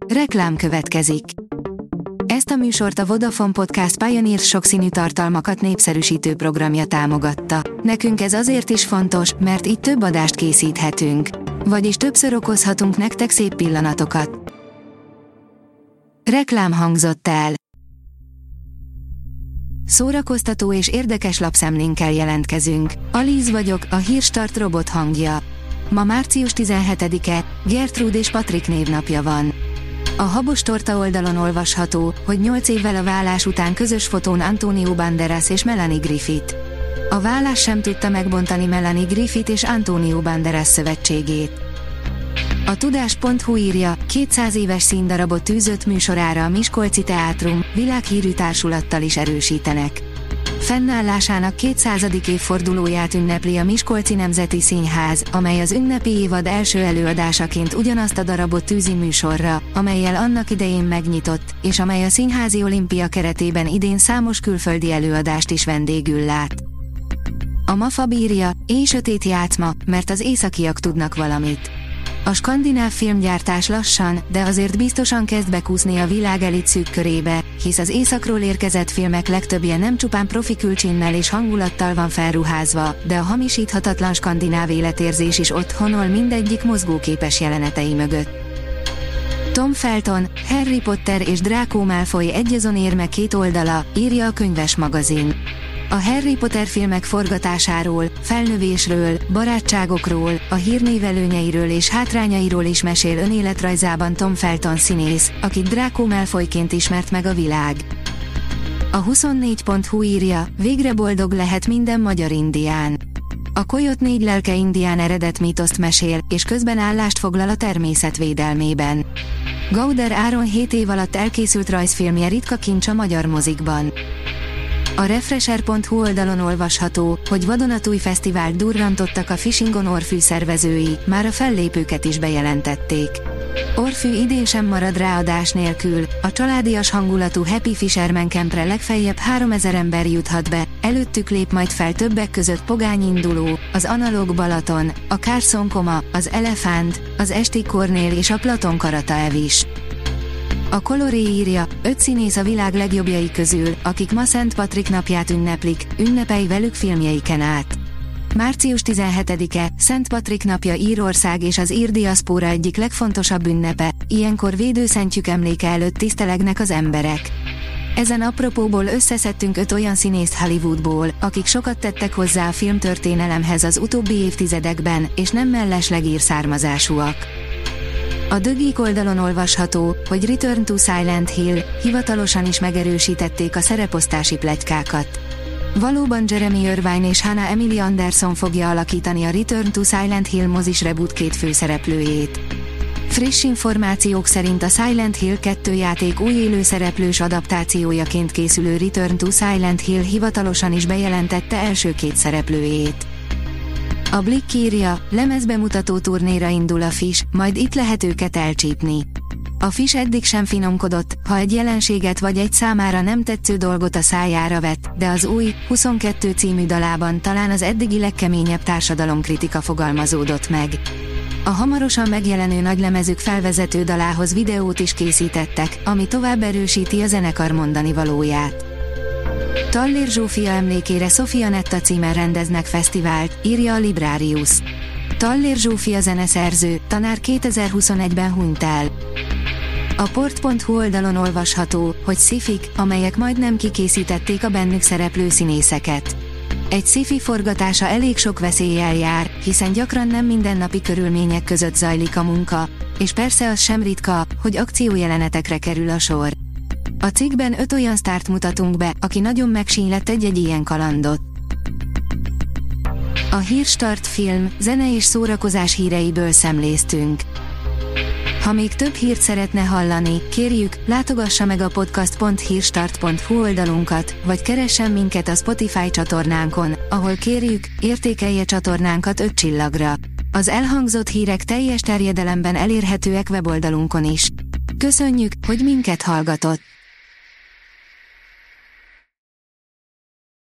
Reklám következik. Ezt a műsort a Vodafone Podcast Pioneer sokszínű tartalmakat népszerűsítő programja támogatta. Nekünk ez azért is fontos, mert így több adást készíthetünk. Vagyis többször okozhatunk nektek szép pillanatokat. Reklám hangzott el. Szórakoztató és érdekes lapszemlénkkel jelentkezünk. Alíz vagyok, a Hírstart robot hangja. Ma március 17-e, Gertrude és Patrik névnapja van. A Habos Torta oldalon olvasható, hogy 8 évvel a válás után közös fotón Antonio Banderas és Melanie Griffith. A válás sem tudta megbontani Melanie Griffith és Antonio Banderas szövetségét. A Tudás.hu írja, 200 éves színdarabot tűzött műsorára a Miskolci Teátrum, világhírű társulattal is erősítenek. Fennállásának 200. évfordulóját ünnepli a Miskolci Nemzeti Színház, amely az ünnepi évad első előadásaként ugyanazt a darabot tűzi műsorra, amellyel annak idején megnyitott, és amely a Színházi Olimpia keretében idén számos külföldi előadást is vendégül lát. A Mafab írja, éjsötét játszma, mert az északiak tudnak valamit. A skandináv filmgyártás lassan, de azért biztosan kezd bekúszni a világ elit szűk körébe, hisz az északról érkezett filmek legtöbbje nem csupán profi külcsinnel és hangulattal van felruházva, de a hamisíthatatlan skandináv életérzés is ott honol mindegyik mozgóképes jelenetei mögött. Tom Felton, Harry Potter és Draco Malfoy egyazon érme két oldala, írja a Könyves magazin. A Harry Potter filmek forgatásáról, felnövésről, barátságokról, a hírnév előnyeiről és hátrányairól is mesél önéletrajzában Tom Felton színész, akit Draco Malfoyként ismert meg a világ. A 24.hu írja, végre boldog lehet minden magyar indián. A Kolyot négy lelke indián eredet mítoszt mesél, és közben állást foglal a természet védelmében. Gauder Áron 7 év alatt elkészült rajzfilmje ritka kincs a magyar mozikban. A Refresher.hu oldalon olvasható, hogy vadonatúj fesztivált durrantottak a Fishing on Orfű szervezői, már a fellépőket is bejelentették. Orfű idén sem marad ráadás nélkül, a családias hangulatú Happy Fisherman Campre legfeljebb 3000 ember juthat be, előttük lép majd fel többek között Pogány Induló, az Analóg Balaton, a Carson Koma, az Elefánt, az Esti Kornél és a Platon Karataev is. A Coloré írja, 5 színész a világ legjobbjai közül, akik ma Szent Patrik napját ünneplik, ünnepelj velük filmjeiken át. Március 17-e, Szent Patrik napja Írország és az ír diaszpóra egyik legfontosabb ünnepe, ilyenkor védőszentjük emléke előtt tisztelegnek az emberek. Ezen apropóból összeszedtünk 5 olyan színészt Hollywoodból, akik sokat tettek hozzá a filmtörténelemhez az utóbbi évtizedekben, és nem mellesleg ír származásúak. A The Geek oldalon olvasható, hogy Return to Silent Hill, hivatalosan is megerősítették a szereposztási pletykákat. Valóban Jeremy Irvine és Hannah Emily Anderson fogja alakítani a Return to Silent Hill mozis reboot két főszereplőjét. Friss információk szerint a Silent Hill 2 játék új élőszereplős adaptációjaként készülő Return to Silent Hill hivatalosan is bejelentette első 2 szereplőjét. A Blick írja, lemezbemutató turnéra indul a Fish, majd itt lehet őket elcsípni. A Fish eddig sem finomkodott, ha egy jelenséget vagy egy számára nem tetsző dolgot a szájára vett, de az új, 22 című dalában talán az eddigi legkeményebb társadalomkritika fogalmazódott meg. A hamarosan megjelenő nagylemezük felvezető dalához videót is készítettek, ami tovább erősíti a zenekar mondani valóját. Tallér Zsófia emlékére Sofia Netta címen rendeznek fesztivált, írja a Librarius. Tallér Zsófia zeneszerző, tanár 2021-ben hunyt el. A port.hu oldalon olvasható, hogy szifik, amelyek majdnem kikészítették a bennük szereplő színészeket. Egy sci-fi forgatása elég sok veszéllyel jár, hiszen gyakran nem mindennapi körülmények között zajlik a munka, és persze az sem ritka, hogy akciójelenetekre kerül a sor. A cikkben 5 olyan sztárt mutatunk be, aki nagyon megsínylett egy ilyen kalandot. A Hírstart film, zene és szórakozás híreiből szemléztünk. Ha még több hírt szeretne hallani, kérjük, látogassa meg a podcast.hírstart.hu oldalunkat, vagy keressen minket a Spotify csatornánkon, ahol kérjük, értékelje csatornánkat 5 csillagra. Az elhangzott hírek teljes terjedelemben elérhetőek weboldalunkon is. Köszönjük, hogy minket hallgatott!